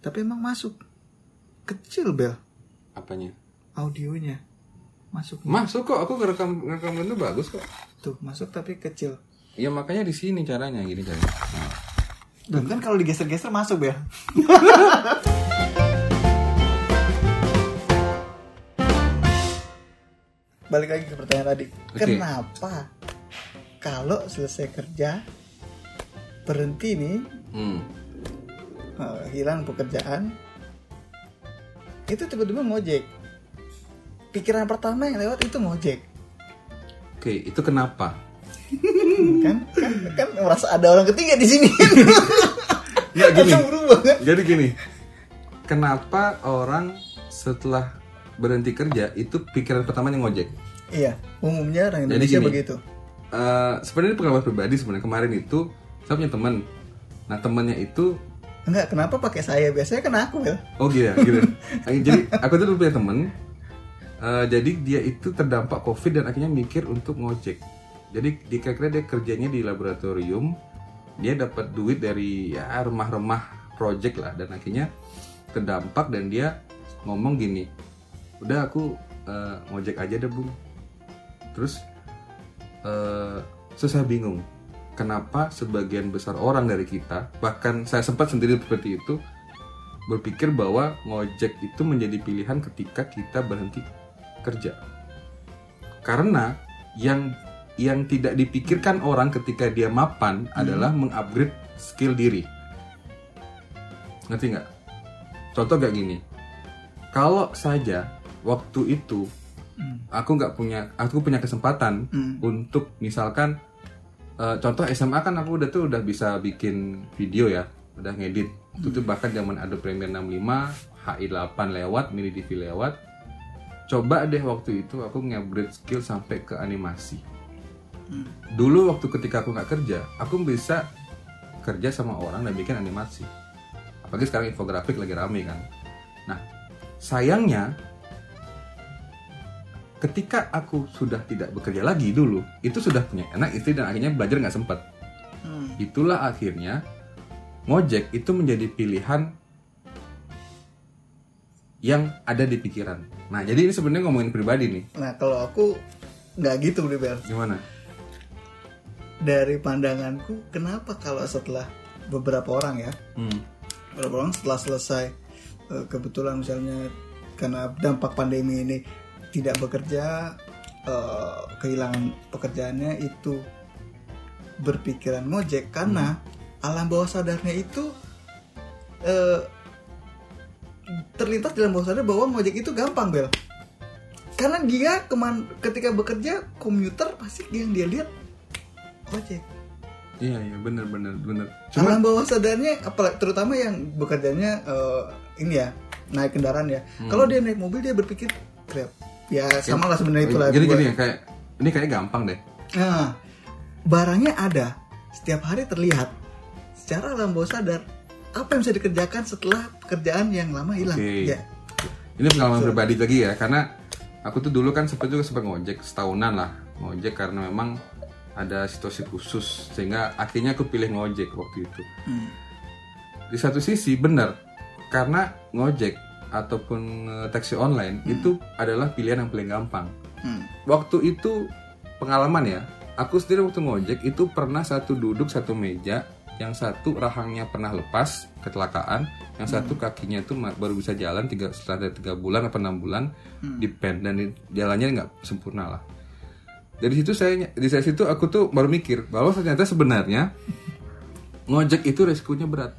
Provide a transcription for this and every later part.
Tapi emang masuk. Kecil Bel. Apanya? Audionya. Masuk kok, aku ngerekam itu bagus kok. Tuh, masuk tapi kecil. Ya makanya di sini caranya gini caranya. Nah. Dan kan kalau digeser-geser masuk Bel. Balik lagi ke pertanyaan tadi. Okay. Kenapa kalau selesai kerja berhenti nih, hilang pekerjaan, itu tiba-tiba ngojek? Pikiran pertama yang lewat itu ngojek. Oke, itu kenapa? kan merasa ada orang ketiga di sini. Nggak gini. Berubah, kan? Jadi gini. Kenapa orang setelah berhenti kerja itu pikiran pertamanya ngojek? Iya, umumnya orang Indonesia begitu. Sebenarnya pengalaman pribadi sebenarnya kemarin itu saya punya teman. Nah temannya itu enggak, kenapa pakai saya? Biasanya kan aku ya. Oh gitu. Jadi aku tuh dulu punya teman. Jadi dia itu terdampak COVID dan akhirnya mikir untuk ngojek. Jadi kira-kira dia kerjanya di laboratorium. Dia dapat duit dari ya remah-remah project lah. Dan akhirnya terdampak dan dia ngomong gini, udah aku ngojek aja deh Bung. Terus saya bingung. Kenapa sebagian besar orang dari kita, bahkan saya sempat sendiri seperti itu, berpikir bahwa ngojek itu menjadi pilihan ketika kita berhenti kerja. Karena yang tidak dipikirkan orang ketika dia mapan adalah mengupgrade skill diri. Ngerti nggak? Contoh kayak gini. Kalau saja waktu itu aku punya kesempatan untuk misalkan contoh SMA kan aku udah bisa bikin video ya, udah ngedit. Itu bahkan zaman Adobe Premiere 65, HI8 lewat, Mini DV lewat. Coba deh waktu itu aku nge-upgrade skill sampai ke animasi. Dulu waktu ketika aku nggak kerja, aku bisa kerja sama orang dan bikin animasi. Apalagi sekarang infografik lagi rame kan. Nah, sayangnya ketika aku sudah tidak bekerja lagi dulu, itu sudah punya anak, istri, dan akhirnya belajar nggak sempat. Itulah akhirnya ngojek itu menjadi pilihan yang ada di pikiran. Nah, jadi ini sebenarnya ngomongin pribadi nih. Nah, kalau aku nggak gitu, Bel. Gimana? Dari pandanganku, kenapa kalau setelah beberapa orang ya, beberapa orang setelah selesai kebetulan misalnya karena dampak pandemi ini tidak bekerja, kehilangan pekerjaannya, itu berpikiran ngojek karena alam bawah sadarnya itu terlintas dalam bawah sadar bahwa ngojek itu gampang, Bel. Karena dia ketika bekerja komuter pasti yang dia lihat ojek. Iya benar. Alam bawah sadarnya, apalagi terutama yang bekerjanya ini ya, naik kendaraan ya. Kalau dia naik mobil dia berpikir Grab. Ya sama lah sebenarnya itulah. Jadi gini ya, kayak gampang deh. Nah, barangnya ada, setiap hari terlihat. Secara alam bawah sadar, apa yang bisa dikerjakan setelah pekerjaan yang lama hilang? Ya. Ini pengalaman pribadi lagi ya, karena aku tuh dulu kan sempat ngojek setahunan lah, ngojek karena memang ada situasi khusus sehingga akhirnya aku pilih ngojek waktu itu. Di satu sisi benar, karena ngojek ataupun taksi online itu adalah pilihan yang paling gampang. Waktu itu pengalaman ya, aku sendiri waktu ngojek itu pernah duduk satu meja, yang satu rahangnya pernah lepas kecelakaan, yang satu kakinya itu baru bisa jalan setelah 3 bulan atau 6 bulan di pen, dan jalannya nggak sempurna lah. Dari situ aku tuh baru mikir bahwa ternyata sebenarnya ngojek itu resikonya berat.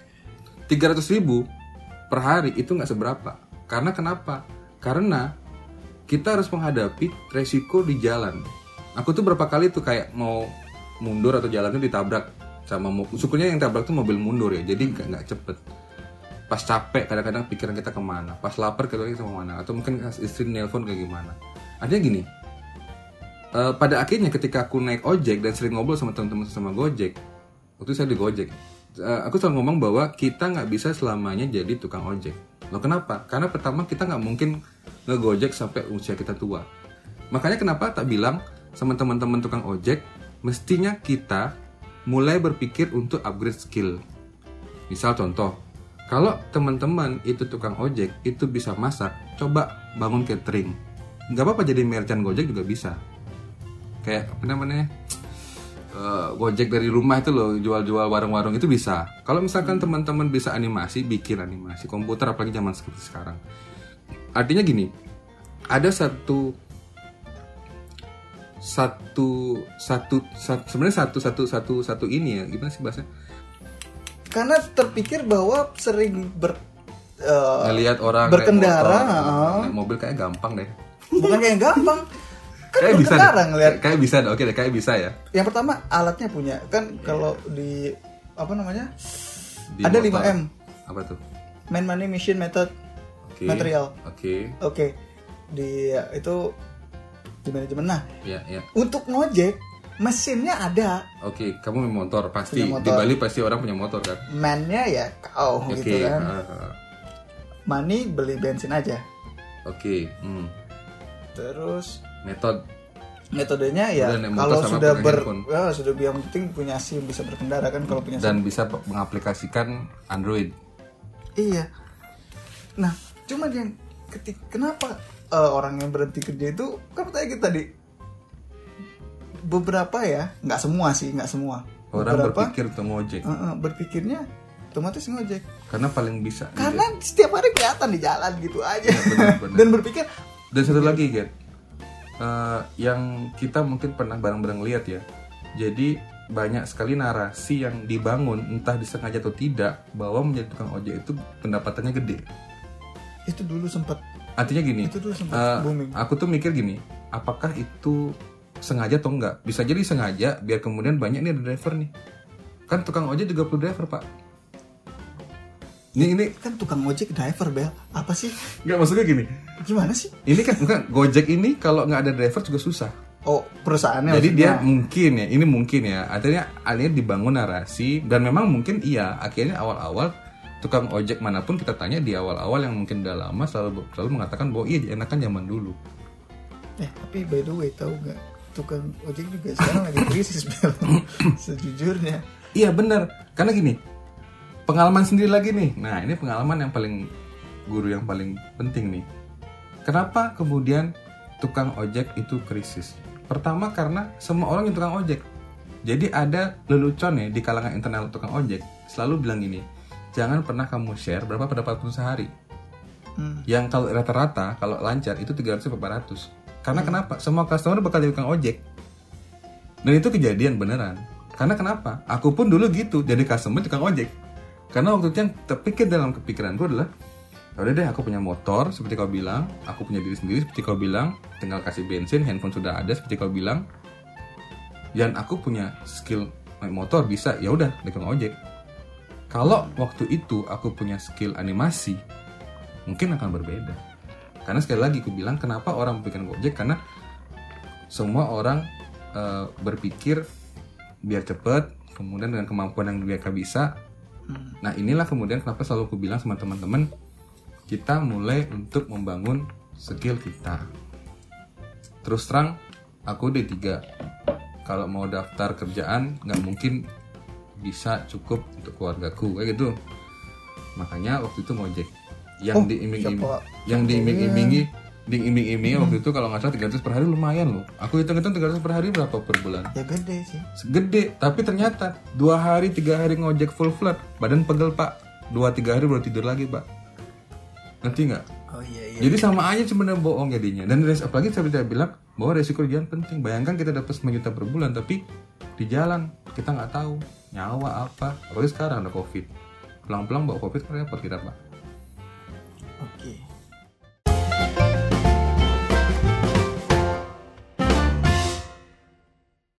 300.000 per hari itu nggak seberapa. Karena kenapa? Karena kita harus menghadapi resiko di jalan. Aku tuh berapa kali tuh kayak mau mundur atau jalannya ditabrak sama syukurnya yang tabrak tuh mobil mundur ya, jadi nggak cepet. Pas capek kadang-kadang pikiran kita kemana, pas lapar kita kemana, atau mungkin istri nelpon kayak gimana. Artinya gini, pada akhirnya ketika aku naik ojek dan sering ngobrol sama teman-teman sama Gojek, waktu saya di Gojek, aku selalu ngomong bahwa kita nggak bisa selamanya jadi tukang ojek. Loh kenapa? Karena pertama kita nggak mungkin ngegojek sampai usia kita tua. Makanya kenapa tak bilang sama teman-teman tukang ojek, mestinya kita mulai berpikir untuk upgrade skill. Misal contoh, Kalau teman-teman itu tukang ojek, itu bisa masak, coba bangun catering. Nggak apa-apa jadi merchant Gojek juga bisa. Kayak apa namanya? Gojek dari rumah itu loh, jual-jual warung-warung itu bisa. Kalau misalkan teman-teman bisa animasi, bikin animasi komputer, apalagi zaman seperti sekarang. Artinya gini, ada satu ini ya, gimana sih bahasanya? Karena terpikir bahwa sering ngelihat orang berkendara, naik mobil kayak gampang deh. bukan kayak gampang. Kan Kayak bisa berkendara deh. ngelihat. Kayak bisa deh. Oke deh, kayak bisa ya. Yang pertama alatnya punya kan, kalau di apa namanya? Di ada motor. 5M. Apa tuh? Man, money, machine, method, Oke. material. Oke. Di itu di manajemen. Nah, Ya. untuk ngojek mesinnya ada. Oke, kamu punya motor pasti. Punya motor. Di Bali pasti orang punya motor kan. Man-nya ya kau Oke. gitu kan. Money beli bensin aja. Oke. Terus metodenya ya Udah naik motor kalau sama sudah pakai handphone. sudah yang penting punya SIM, bisa berkendara kan kalau punya SIM. Dan bisa mengaplikasikan Android. Iya. Nah, cuman yang kenapa orang yang berhenti kerja itu kan tadi beberapa ya, nggak semua. Orang Beberapa, berpikir untuk ngojek. berpikirnya otomatis ngojek. Karena paling bisa. Karena setiap hari kelihatan di jalan gitu aja. benar. Dan berpikir. Dan satu lagi, Get. Yang kita mungkin pernah bareng-bareng lihat ya. Jadi banyak sekali narasi yang dibangun, entah disengaja atau tidak, bahwa menjadi tukang ojek itu pendapatannya gede. Itu dulu sempat. Artinya gini, Itu dulu sempat booming. aku tuh mikir gini, apakah itu sengaja atau enggak? Bisa jadi sengaja, biar kemudian banyak nih ada driver nih. Kan tukang ojek juga perlu driver, Pak. Ini Kan tukang ojek driver, Bel. Apa sih? nggak, maksudnya gini. Gimana sih? Ini kan bukan Gojek ini kalau nggak ada driver juga susah. Oh, perusahaannya. Jadi maksudnya. dia mungkin ya. Artinya dibangun narasi dan memang mungkin iya. Akhirnya awal-awal tukang ojek manapun kita tanya di awal-awal yang mungkin udah lama selalu mengatakan bahwa iya enakan zaman dulu. Tapi by the way, tahu nggak, tukang ojek juga sekarang lagi krisis, Bel. Sejujurnya. Iya benar. Karena gini, pengalaman sendiri lagi nih. Nah, ini pengalaman yang paling guru yang paling penting nih. Kenapa kemudian tukang ojek itu krisis? Pertama karena semua orang yang tukang ojek. Jadi ada lelucon ya di kalangan internal tukang ojek selalu bilang gini, jangan pernah kamu share berapa pendapatan sehari. Yang kalau rata-rata kalau lancar itu 300-400. Karena kenapa? Semua customer bakal jadi tukang ojek. Dan itu kejadian beneran. Karena kenapa? Aku pun dulu gitu, jadi customer tukang ojek. Karena waktu itu yang terpikir dalam kepikiranku adalah, udah deh aku punya motor seperti kau bilang, aku punya diri sendiri seperti kau bilang, tinggal kasih bensin, handphone sudah ada seperti kau bilang, dan aku punya skill naik motor bisa, ya udah tukang ojek. Kalau waktu itu aku punya skill animasi, mungkin akan berbeda. Karena sekali lagi aku bilang kenapa orang berpikir Gojek, karena semua orang berpikir biar cepet, kemudian dengan kemampuan yang mereka bisa. Nah inilah kemudian kenapa selalu aku bilang sama teman-teman, kita mulai untuk membangun skill kita. Terus terang, aku D3, kalau mau daftar kerjaan nggak mungkin bisa cukup untuk keluargaku kayak gitu. Makanya waktu itu ngojek. Yang diiming-imingi waktu itu kalau nggak salah 300 per hari lumayan loh. Aku hitung-hitung 300 per hari berapa per bulan? Ya gede sih. Gede, tapi ternyata 2 hari 3 hari ngojek full flat, badan pegel Pak. 2-3 hari baru tidur lagi Pak. Ngerti nggak? Oh iya. Jadi sama aja sebenarnya bohong jadinya. Dan apalagi saya bilang bahwa resiko kerjaan penting. Bayangkan kita dapat 9 juta per bulan, tapi di jalan kita nggak tahu nyawa apa. Apalagi sekarang ada COVID. Pelang-pelang bawa COVID repot kita Pak. Oke.